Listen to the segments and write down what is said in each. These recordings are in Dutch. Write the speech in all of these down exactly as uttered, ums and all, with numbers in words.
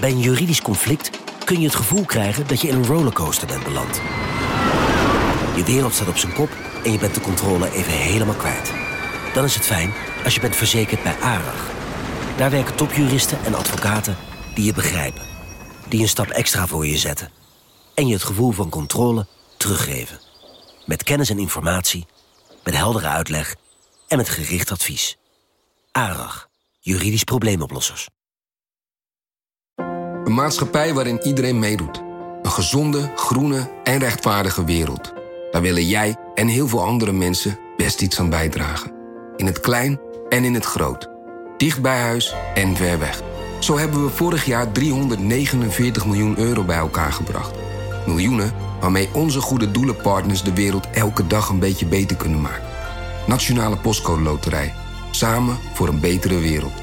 Bij een juridisch conflict kun je het gevoel krijgen dat je in een rollercoaster bent beland. Je wereld staat op zijn kop en je bent de controle even helemaal kwijt. Dan is het fijn als je bent verzekerd bij ARAG. Daar werken topjuristen en advocaten die je begrijpen. Die een stap extra voor je zetten. En je het gevoel van controle teruggeven. Met kennis en informatie, met heldere uitleg en met gericht advies. ARAG, juridisch probleemoplossers. Een maatschappij waarin iedereen meedoet. Een gezonde, groene en rechtvaardige wereld. Daar willen jij en heel veel andere mensen best iets aan bijdragen. In het klein en in het groot. Dicht bij huis en ver weg. Zo hebben we vorig jaar driehonderdnegenenveertig miljoen euro bij elkaar gebracht. Miljoenen waarmee onze goede doelenpartners de wereld elke dag een beetje beter kunnen maken. Nationale Postcode Loterij. Samen voor een betere wereld.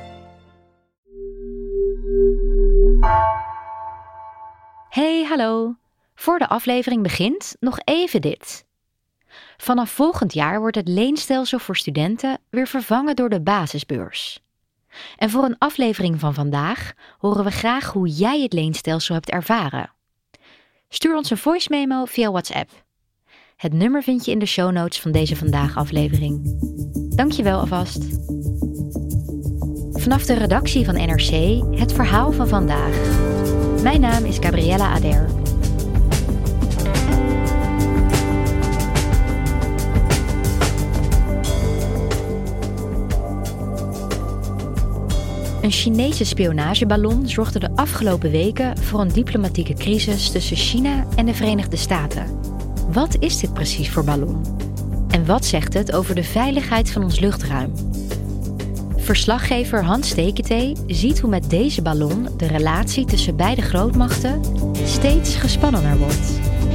Hey, hallo. Voor de aflevering begint nog even dit. Vanaf volgend jaar wordt het leenstelsel voor studenten weer vervangen door de basisbeurs. En voor een aflevering van vandaag horen we graag hoe jij het leenstelsel hebt ervaren. Stuur ons een voice memo via WhatsApp. Het nummer vind je in de show notes van deze vandaag aflevering. Dankjewel alvast. Vanaf de redactie van N R C het verhaal van vandaag. Mijn naam is Gabriella Ader. Een Chinese spionageballon zorgde de afgelopen weken voor een diplomatieke crisis tussen China en de Verenigde Staten. Wat is dit precies voor ballon? En wat zegt het over de veiligheid van ons luchtruim? Verslaggever Hans Steketee ziet hoe met deze ballon de relatie tussen beide grootmachten steeds gespannener wordt.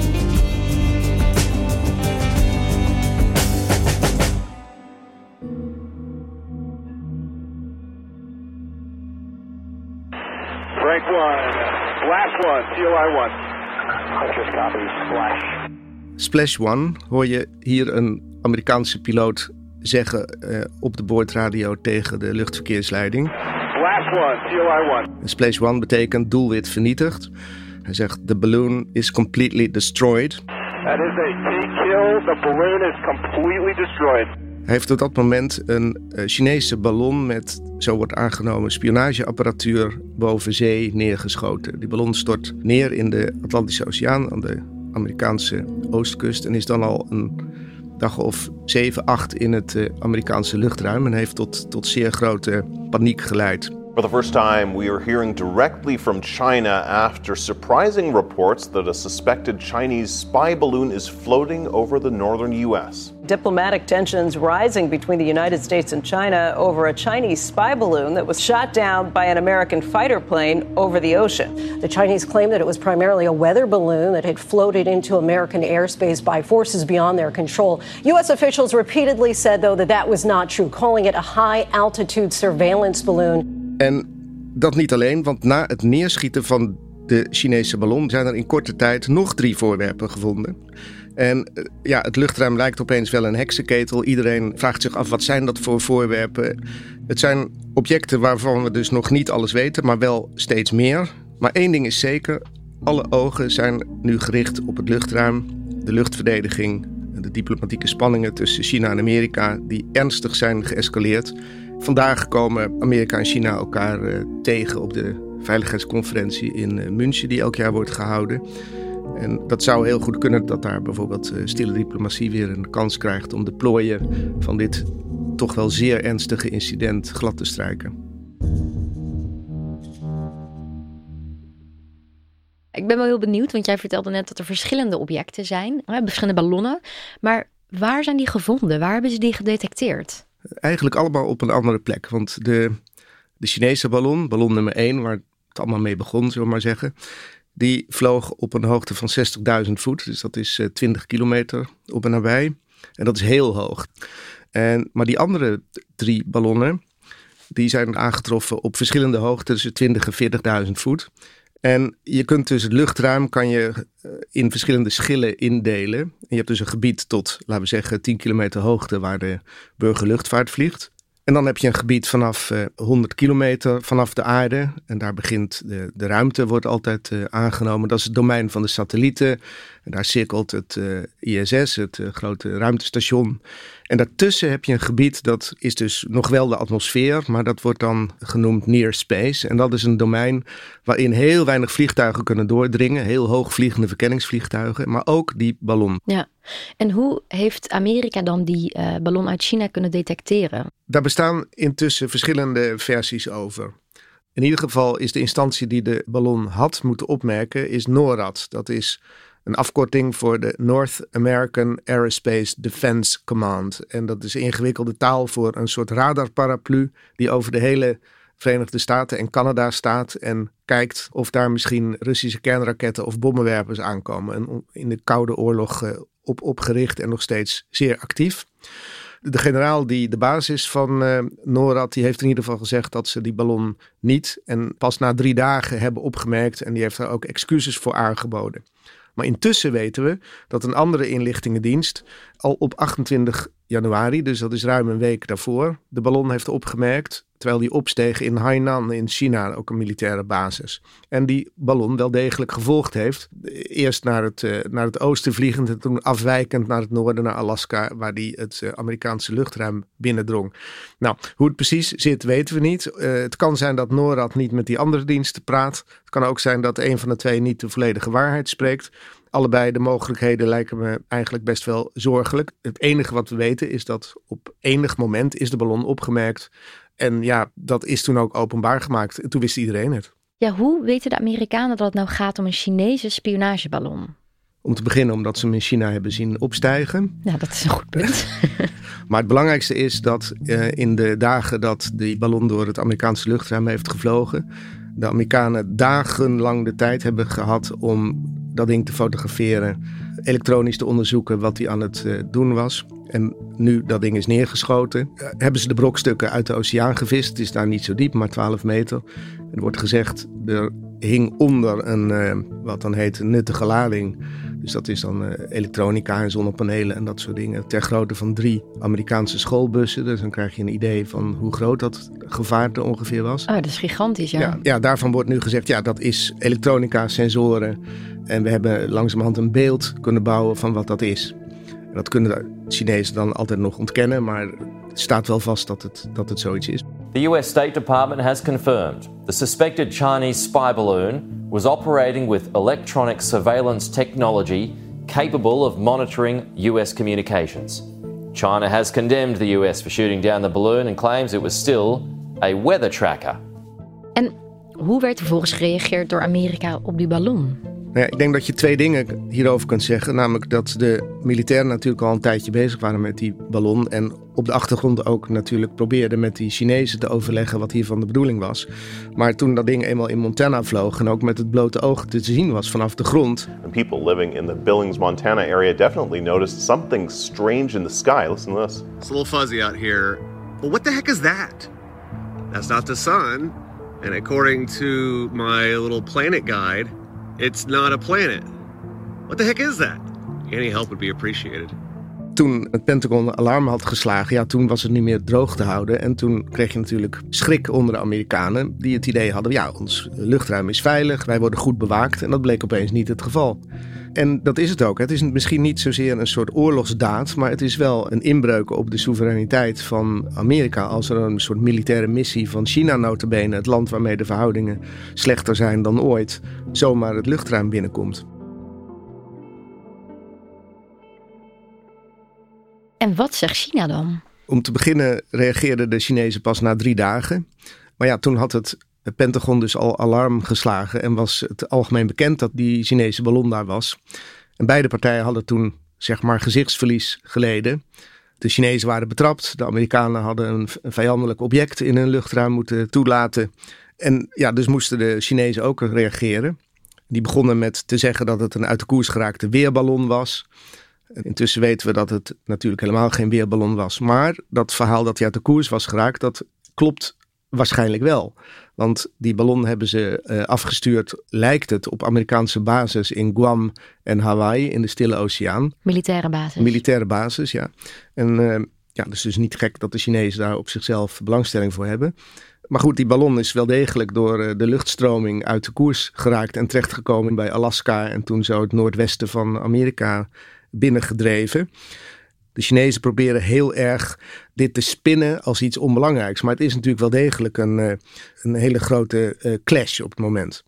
Frank one, Blast one, C O I one. Just copy, Splash. Splash one hoor je hier een Amerikaanse piloot zeggen uh, op de boordradio tegen de luchtverkeersleiding. Blast one, C O I one. En Splash one betekent doelwit vernietigd. Hij zegt, the balloon is completely destroyed. That is a take kill, the balloon is completely destroyed. Hij heeft op dat moment een uh, Chinese ballon met, zo wordt aangenomen, spionageapparatuur boven zee neergeschoten. Die ballon stort neer in de Atlantische Oceaan aan de Amerikaanse oostkust en is dan al een dag of zeven, acht in het uh, Amerikaanse luchtruim en heeft tot, tot zeer grote paniek geleid. For the first time, we are hearing directly from China after surprising reports that a suspected Chinese spy balloon is floating over the northern U S. Diplomatic tensions rising between the United States and China over a Chinese spy balloon that was shot down by an American fighter plane over the ocean. The Chinese claimed that it was primarily a weather balloon that had floated into American airspace by forces beyond their control. U S officials repeatedly said, though, that that was not true, calling it a high-altitude surveillance balloon. En dat niet alleen, want na het neerschieten van de Chinese ballon zijn er in korte tijd nog drie voorwerpen gevonden. En ja, het luchtruim lijkt opeens wel een heksenketel. Iedereen vraagt zich af, wat zijn dat voor voorwerpen? Het zijn objecten waarvan we dus nog niet alles weten, maar wel steeds meer. Maar één ding is zeker, alle ogen zijn nu gericht op het luchtruim, de luchtverdediging, de diplomatieke spanningen tussen China en Amerika die ernstig zijn geëscaleerd. Vandaag komen Amerika en China elkaar uh, tegen op de veiligheidsconferentie in uh, München die elk jaar wordt gehouden. En dat zou heel goed kunnen dat daar bijvoorbeeld uh, stille diplomatie weer een kans krijgt om de plooien van dit toch wel zeer ernstige incident glad te strijken. Ik ben wel heel benieuwd, want jij vertelde net dat er verschillende objecten zijn, verschillende ballonnen. Maar waar zijn die gevonden? Waar hebben ze die gedetecteerd? Eigenlijk allemaal op een andere plek. Want de, de Chinese ballon, ballon nummer één, waar het allemaal mee begon, zullen we maar zeggen, die vloog op een hoogte van zestigduizend voet. Dus dat is uh, twintig kilometer op en nabij. En dat is heel hoog. En, maar die andere drie ballonnen, die zijn aangetroffen op verschillende hoogten, tussen twintig en veertigduizend voet. En je kunt dus het luchtruim kan je in verschillende schillen indelen. En je hebt dus een gebied tot, laten we zeggen, tien kilometer hoogte waar de burgerluchtvaart vliegt. En dan heb je een gebied vanaf uh, honderd kilometer vanaf de aarde. En daar begint de, de ruimte, wordt altijd uh, aangenomen. Dat is het domein van de satellieten. En daar cirkelt het uh, I S S, het uh, grote ruimtestation. En daartussen heb je een gebied, dat is dus nog wel de atmosfeer, maar dat wordt dan genoemd near space. En dat is een domein waarin heel weinig vliegtuigen kunnen doordringen. Heel hoogvliegende verkenningsvliegtuigen, maar ook die ballon. Ja, en hoe heeft Amerika dan die uh, ballon uit China kunnen detecteren? Daar bestaan intussen verschillende versies over. In ieder geval is de instantie die de ballon had moeten opmerken, is NORAD. Dat is een afkorting voor de North American Aerospace Defense Command. En dat is ingewikkelde taal voor een soort radarparaplu die over de hele Verenigde Staten en Canada staat en kijkt of daar misschien Russische kernraketten of bommenwerpers aankomen. En in de Koude Oorlog op opgericht en nog steeds zeer actief. De generaal die de baas is van uh, NORAD, die heeft in ieder geval gezegd dat ze die ballon niet en pas na drie dagen hebben opgemerkt. En die heeft daar ook excuses voor aangeboden. Maar intussen weten we dat een andere inlichtingendienst al op achtentwintig januari, dus dat is ruim een week daarvoor, de ballon heeft opgemerkt terwijl die opsteeg in Hainan in China, ook een militaire basis. En die ballon wel degelijk gevolgd heeft. Eerst naar het, uh, naar het oosten vliegend en toen afwijkend naar het noorden, naar Alaska, waar die het uh, Amerikaanse luchtruim binnendrong. Nou, hoe het precies zit weten we niet. Uh, het kan zijn dat NORAD niet met die andere diensten praat. Het kan ook zijn dat een van de twee niet de volledige waarheid spreekt. Allebei de mogelijkheden lijken me eigenlijk best wel zorgelijk. Het enige wat we weten is dat op enig moment is de ballon opgemerkt. En ja, dat is toen ook openbaar gemaakt. En toen wist iedereen het. Ja, hoe weten de Amerikanen dat het nou gaat om een Chinese spionageballon? Om te beginnen omdat ze hem in China hebben zien opstijgen. Ja, dat is een goed punt. Maar het belangrijkste is dat uh, in de dagen dat die ballon door het Amerikaanse luchtruim heeft gevlogen, de Amerikanen dagenlang de tijd hebben gehad om dat ding te fotograferen, elektronisch te onderzoeken wat hij aan het uh, doen was. En nu dat ding is neergeschoten, uh, hebben ze de brokstukken uit de oceaan gevist. Het is daar niet zo diep, maar twaalf meter. Er wordt gezegd, er hing onder een, uh, wat dan heet, nuttige lading. Dus dat is dan uh, elektronica en zonnepanelen en dat soort dingen. Ter grootte van drie Amerikaanse schoolbussen. Dus dan krijg je een idee van hoe groot dat gevaarte ongeveer was. Oh, dat is gigantisch, ja. Ja, ja, daarvan wordt nu gezegd, ja, dat is elektronica, sensoren. En we hebben langzamerhand een beeld kunnen bouwen van wat dat is. En dat kunnen de Chinezen dan altijd nog ontkennen, maar het staat wel vast dat het, dat het zoiets is. The U S State Department has confirmed the suspected Chinese spy balloon was operating with electronic surveillance technology capable of monitoring U S communications. China has condemned the U S for shooting down the balloon and claims it was still a weather tracker. En hoe werd vervolgens gereageerd door Amerika op die ballon? Nou ja, ik denk dat je twee dingen hierover kunt zeggen. Namelijk dat de militairen natuurlijk al een tijdje bezig waren met die ballon. En op de achtergrond ook natuurlijk probeerden met die Chinezen te overleggen wat hiervan de bedoeling was. Maar toen dat ding eenmaal in Montana vloog en ook met het blote oog te zien was vanaf de grond. And people living in the Billings, Montana area definitely noticed something strange in the sky. Listen to this. It's a little fuzzy out here. But what the heck is that? That's not the sun. And according to my little planet guide, it's not a planet. What the heck is that? Any help would be appreciated. Toen het Pentagon alarm had geslagen, ja, toen was het niet meer droog te houden. En toen kreeg je natuurlijk schrik onder de Amerikanen die het idee hadden, ja, ons luchtruim is veilig, wij worden goed bewaakt. En dat bleek opeens niet het geval. En dat is het ook. Het is misschien niet zozeer een soort oorlogsdaad, maar het is wel een inbreuk op de soevereiniteit van Amerika als er een soort militaire missie van China nota bene, het land waarmee de verhoudingen slechter zijn dan ooit, zomaar het luchtruim binnenkomt. En wat zegt China dan? Om te beginnen reageerden de Chinezen pas na drie dagen. Maar ja, toen had het Het Pentagon dus al alarm geslagen en was het algemeen bekend dat die Chinese ballon daar was. En beide partijen hadden toen, zeg maar, gezichtsverlies geleden. De Chinezen waren betrapt, de Amerikanen hadden een, een vijandelijk object in hun luchtruim moeten toelaten. En ja, dus moesten de Chinezen ook reageren. Die begonnen met te zeggen dat het een uit de koers geraakte weerballon was. Intussen weten we dat het natuurlijk helemaal geen weerballon was. Maar dat verhaal dat hij uit de koers was geraakt, dat klopt waarschijnlijk wel. Want die ballon hebben ze uh, afgestuurd, lijkt het, op Amerikaanse basis in Guam en Hawaii in de Stille Oceaan. Militaire basis. Militaire basis, ja. En uh, Ja, dus dus niet gek dat de Chinezen daar op zichzelf belangstelling voor hebben. Maar goed, die ballon is wel degelijk door de luchtstroming uit de koers geraakt en terechtgekomen bij Alaska en toen zo het noordwesten van Amerika binnengedreven. De Chinezen proberen heel erg dit te spinnen als iets onbelangrijks. Maar het is natuurlijk wel degelijk een, een hele grote uh, clash op het moment.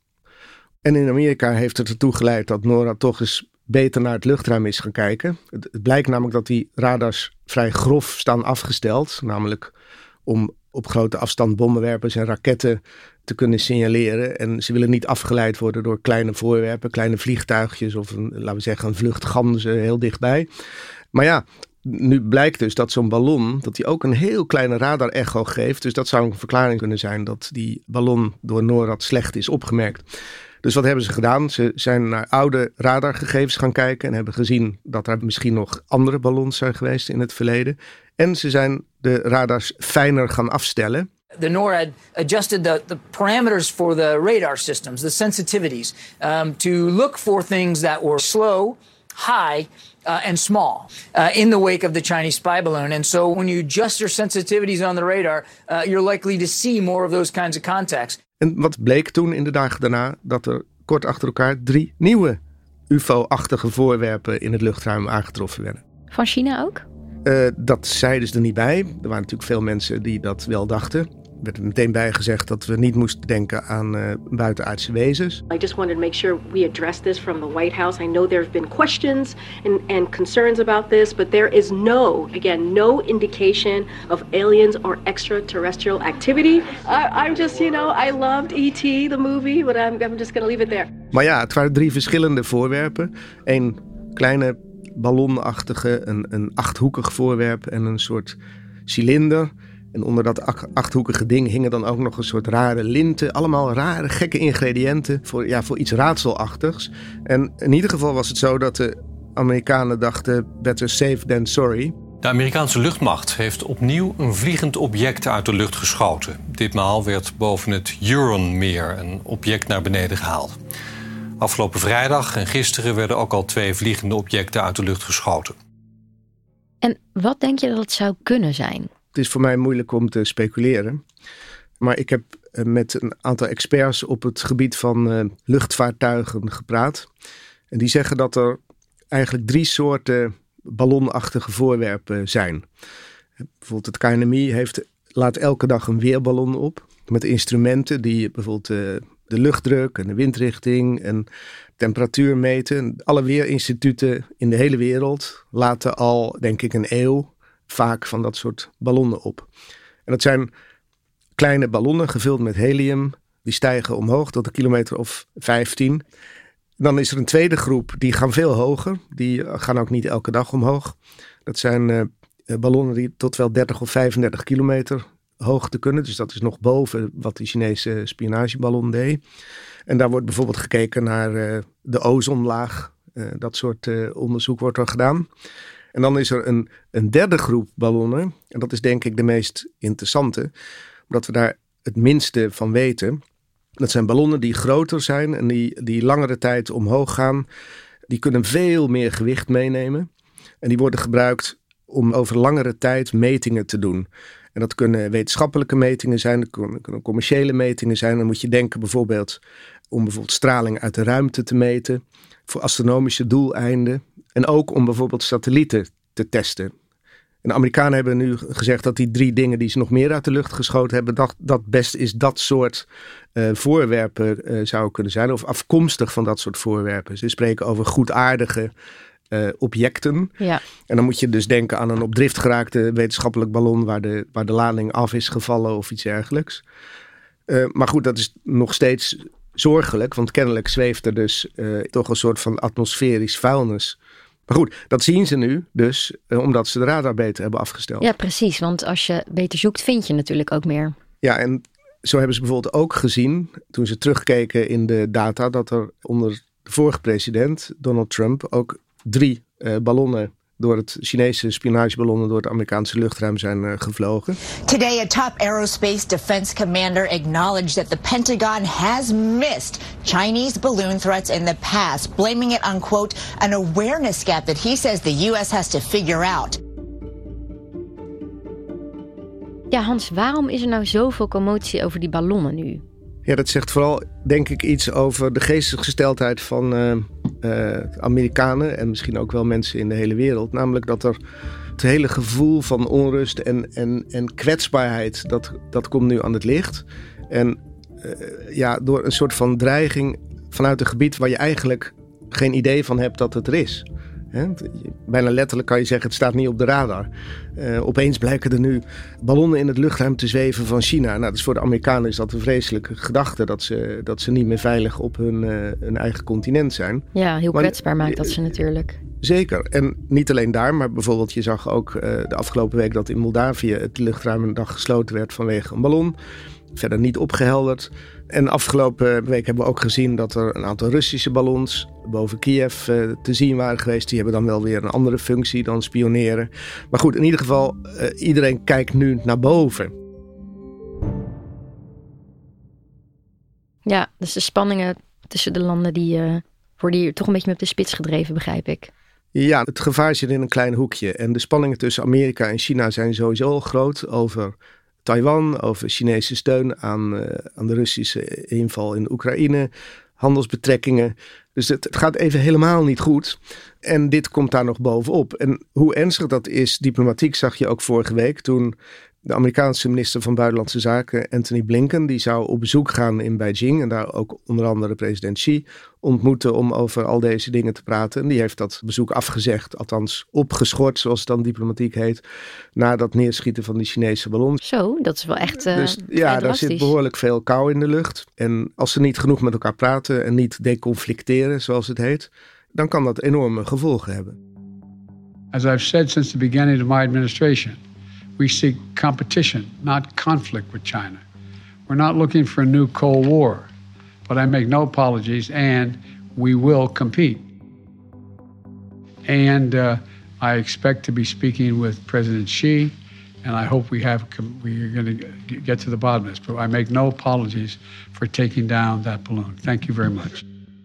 En in Amerika heeft het ertoe geleid dat NORAD toch eens beter naar het luchtruim is gaan kijken. Het, het blijkt namelijk dat die radars vrij grof staan afgesteld. Namelijk om op grote afstand bommenwerpers en raketten te kunnen signaleren. En ze willen niet afgeleid worden door kleine voorwerpen, kleine vliegtuigjes of een, laten we zeggen, een vlucht ganzen heel dichtbij. Maar ja, nu blijkt dus dat zo'n ballon, dat die ook een heel kleine radar-echo geeft. Dus dat zou een verklaring kunnen zijn dat die ballon door NORAD slecht is opgemerkt. Dus wat hebben ze gedaan? Ze zijn naar oude radargegevens gaan kijken en hebben gezien dat er misschien nog andere ballons zijn geweest in het verleden. En ze zijn de radars fijner gaan afstellen. The NORAD adjusted the, the parameters for the radar systems, the sensitivities, um, to look for things that were slow, high, uh, and small uh, in the wake of the Chinese spy balloon. And so when you adjust your sensitivities on the radar, uh, you're likely to see more of those kinds of contacts. En wat bleek toen in de dagen daarna? Dat er kort achter elkaar drie nieuwe U F O-achtige voorwerpen in het luchtruim aangetroffen werden. Van China ook? Uh, dat zeiden ze er niet bij. Er waren natuurlijk veel mensen die dat wel dachten. Er werd er meteen bij gezegd dat we niet moesten denken aan uh, buitenaardse wezens. I just wanted to make sure we address this from the White House. I know there have been questions and, and concerns about this, but there is no, again, no indication of aliens or extraterrestrial activity. I, I'm just, you know, I loved E T, the movie, but I'm, I'm just going to leave it there. Maar ja, het waren drie verschillende voorwerpen. Eén kleine ballonachtige, een, een achthoekig voorwerp en een soort cilinder. En onder dat achthoekige ding hingen dan ook nog een soort rare linten. Allemaal rare, gekke ingrediënten voor, ja, voor iets raadselachtigs. En in ieder geval was het zo dat de Amerikanen dachten better safe than sorry. De Amerikaanse luchtmacht heeft opnieuw een vliegend object uit de lucht geschoten. Ditmaal werd boven het Huronmeer een object naar beneden gehaald. Afgelopen vrijdag en gisteren werden ook al twee vliegende objecten uit de lucht geschoten. En wat denk je dat het zou kunnen zijn? Het is voor mij moeilijk om te speculeren. Maar ik heb met een aantal experts op het gebied van uh, luchtvaartuigen gepraat. En die zeggen dat er eigenlijk drie soorten ballonachtige voorwerpen zijn. Bijvoorbeeld het K N M I heeft, laat elke dag een weerballon op. Met instrumenten die bijvoorbeeld uh, de luchtdruk en de windrichting en temperatuur meten. Alle weerinstituten in de hele wereld laten al, denk ik, een eeuw vaak van dat soort ballonnen op. En dat zijn kleine ballonnen gevuld met helium. Die stijgen omhoog tot een kilometer of vijftien. Dan is er een tweede groep, die gaan veel hoger. Die gaan ook niet elke dag omhoog. Dat zijn uh, ballonnen die tot wel dertig of vijfendertig kilometer hoogte kunnen. Dus dat is nog boven wat die Chinese spionageballon deed. En daar wordt bijvoorbeeld gekeken naar uh, de ozonlaag. Uh, dat soort uh, onderzoek wordt er gedaan. En dan is er een, een derde groep ballonnen. En dat is denk ik de meest interessante. Omdat we daar het minste van weten. Dat zijn ballonnen die groter zijn en die, die langere tijd omhoog gaan. Die kunnen veel meer gewicht meenemen. En die worden gebruikt om over langere tijd metingen te doen. En dat kunnen wetenschappelijke metingen zijn, dat kunnen, kunnen commerciële metingen zijn. Dan moet je denken bijvoorbeeld om bijvoorbeeld straling uit de ruimte te meten. Voor astronomische doeleinden. En ook om bijvoorbeeld satellieten te testen. En de Amerikanen hebben nu gezegd dat die drie dingen die ze nog meer uit de lucht geschoten hebben, dat, dat best is dat soort uh, voorwerpen uh, zou kunnen zijn. Of afkomstig van dat soort voorwerpen. Ze spreken over goedaardige uh, objecten. Ja. En dan moet je dus denken aan een op drift geraakte wetenschappelijk ballon waar de, waar de lading af is gevallen of iets dergelijks. Uh, maar goed, dat is nog steeds zorgelijk, want kennelijk zweeft er dus uh, toch een soort van atmosferisch vuilnis. Maar goed, dat zien ze nu dus uh, omdat ze de radar beter hebben afgesteld. Ja, precies. Want als je beter zoekt, vind je natuurlijk ook meer. Ja, en zo hebben ze bijvoorbeeld ook gezien, toen ze terugkeken in de data, dat er onder de vorige president, Donald Trump, ook drie uh, ballonnen door het Chinese spionageballonnen door het Amerikaanse luchtruim zijn uh, gevlogen. Today, a top aerospace defense commander acknowledged that the Pentagon has missed Chinese balloon threats in the past, blaming it on, quote, an awareness gap that he says the U S has to figure out. Ja, Hans, waarom is er nou zoveel commotie over die ballonnen nu? Ja, dat zegt vooral, denk ik, iets over de geestesgesteldheid van uh, uh, Amerikanen en misschien ook wel mensen in de hele wereld. Namelijk dat er het hele gevoel van onrust en, en, en kwetsbaarheid, dat, dat komt nu aan het licht. En uh, ja, door een soort van dreiging vanuit een gebied waar je eigenlijk geen idee van hebt dat het er is. He, bijna letterlijk kan je zeggen, het staat niet op de radar. Uh, opeens blijken er nu ballonnen in het luchtruim te zweven van China. Nou, dus voor de Amerikanen is dat een vreselijke gedachte, dat ze, dat ze niet meer veilig op hun, uh, hun eigen continent zijn. Ja, heel maar, kwetsbaar maakt dat ze natuurlijk. Zeker. En niet alleen daar, maar bijvoorbeeld je zag ook uh, de afgelopen week dat in Moldavië het luchtruim een dag gesloten werd vanwege een ballon. Verder niet opgehelderd. En afgelopen week hebben we ook gezien dat er een aantal Russische ballons boven Kiev uh, te zien waren geweest. Die hebben dan wel weer een andere functie dan spioneren. Maar goed, in ieder geval, uh, iedereen kijkt nu naar boven. Ja, dus de spanningen tussen de landen die uh, worden hier toch een beetje op de spits gedreven, begrijp ik. Ja, het gevaar zit in een klein hoekje. En de spanningen tussen Amerika en China zijn sowieso al groot over Taiwan, over Chinese steun aan, uh, aan de Russische inval in Oekraïne, handelsbetrekkingen. Dus het, het gaat even helemaal niet goed. En dit komt daar nog bovenop. En hoe ernstig dat is, diplomatiek, zag je ook vorige week toen de Amerikaanse minister van Buitenlandse Zaken, Antony Blinken, die zou op bezoek gaan in Beijing en daar ook onder andere president Xi ontmoeten om over al deze dingen te praten. En die heeft dat bezoek afgezegd, althans opgeschort, zoals het dan diplomatiek heet, na dat neerschieten van die Chinese ballon. Zo, dat is wel echt uh, Dus ja, daar zit behoorlijk veel kou in de lucht. En als ze niet genoeg met elkaar praten en niet deconflicteren, zoals het heet, dan kan dat enorme gevolgen hebben. As I've said since the beginning of my administration, we seek competition, not conflict with China. We're not looking for a new Cold War, but I make no apologies, and we will compete. And uh, I expect to be speaking with President Xi, and I hope we have we're going to get to the bottom of this. But I make no apologies for taking down that balloon. Thank you very much.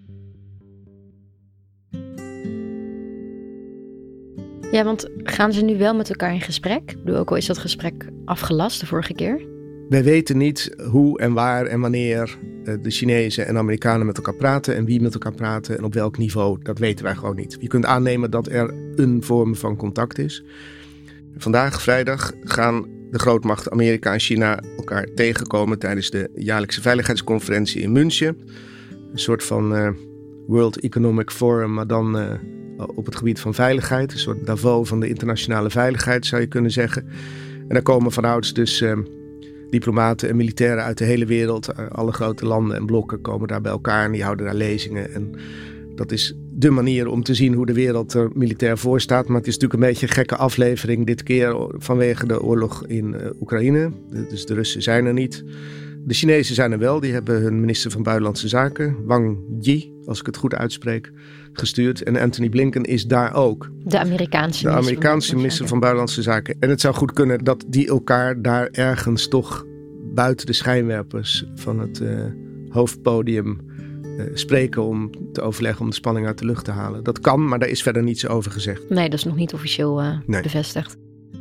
Ja, want gaan ze nu wel met elkaar in gesprek? Ik bedoel, ook al is dat gesprek afgelast de vorige keer. Wij weten niet hoe en waar en wanneer de Chinezen en Amerikanen met elkaar praten en wie met elkaar praten en op welk niveau. Dat weten wij gewoon niet. Je kunt aannemen dat er een vorm van contact is. Vandaag, vrijdag, gaan de grootmachten Amerika en China elkaar tegenkomen tijdens de jaarlijkse veiligheidsconferentie in München. Een soort van uh, World Economic Forum, maar dan Uh, op het gebied van veiligheid. Een soort Davos van de internationale veiligheid, zou je kunnen zeggen. En daar komen vanouds dus uh, diplomaten en militairen uit de hele wereld. Uh, alle grote landen en blokken komen daar bij elkaar en die houden daar lezingen. En dat is de manier om te zien hoe de wereld er militair voor staat. Maar het is natuurlijk een beetje een gekke aflevering dit keer vanwege de oorlog in uh, Oekraïne. Dus de Russen zijn er niet. De Chinezen zijn er wel. Die hebben hun minister van Buitenlandse Zaken, Wang Yi, als ik het goed uitspreek, gestuurd. En Antony Blinken is daar ook. De Amerikaanse De minister, Amerikaanse van, minister van Buitenlandse Zaken. En het zou goed kunnen dat die elkaar daar ergens toch buiten de schijnwerpers van het uh, hoofdpodium uh, spreken om te overleggen om de spanning uit de lucht te halen. Dat kan, maar daar is verder niets over gezegd. Nee, dat is nog niet officieel uh, nee. bevestigd.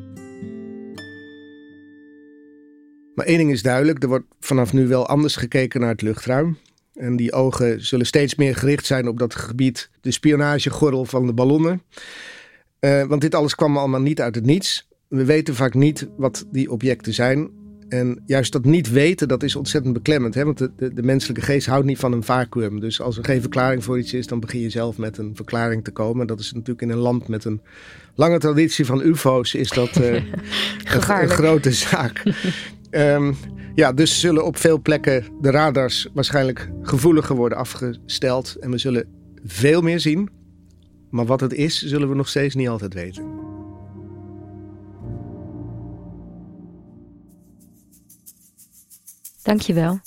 Maar één ding is duidelijk, er wordt vanaf nu wel anders gekeken naar het luchtruim. En die ogen zullen steeds meer gericht zijn op dat gebied, de spionagegordel van de ballonnen. Uh, want dit alles kwam allemaal niet uit het niets. We weten vaak niet wat die objecten zijn. En juist dat niet weten, dat is ontzettend beklemmend. Hè? Want de, de, de menselijke geest houdt niet van een vacuüm. Dus als er geen verklaring voor iets is, dan begin je zelf met een verklaring te komen. Dat is natuurlijk in een land met een lange traditie van U F O's is dat uh, een, een grote zaak. Um, ja, dus zullen op veel plekken de radars waarschijnlijk gevoeliger worden afgesteld. En we zullen veel meer zien. Maar wat het is, zullen we nog steeds niet altijd weten. Dankjewel.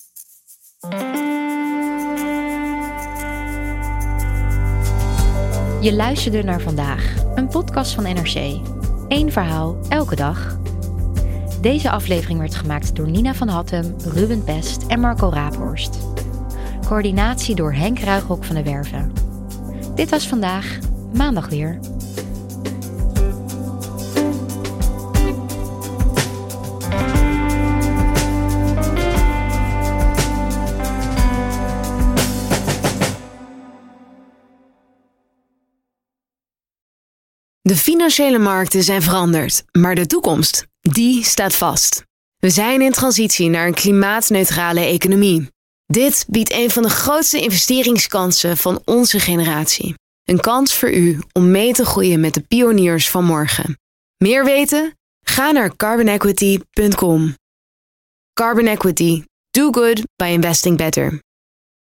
Je luisterde naar Vandaag, een podcast van N R C. Eén verhaal, elke dag. Deze aflevering werd gemaakt door Nina van Hattem, Ruben Pest en Marco Raaphorst. Coördinatie door Henk Ruigrok van de Werven. Dit was Vandaag, maandag weer. De financiële markten zijn veranderd, maar de toekomst, die staat vast. We zijn in transitie naar een klimaatneutrale economie. Dit biedt een van de grootste investeringskansen van onze generatie. Een kans voor u om mee te groeien met de pioniers van morgen. Meer weten? Ga naar carbon equity punt com. Carbon Equity. Do good by investing better.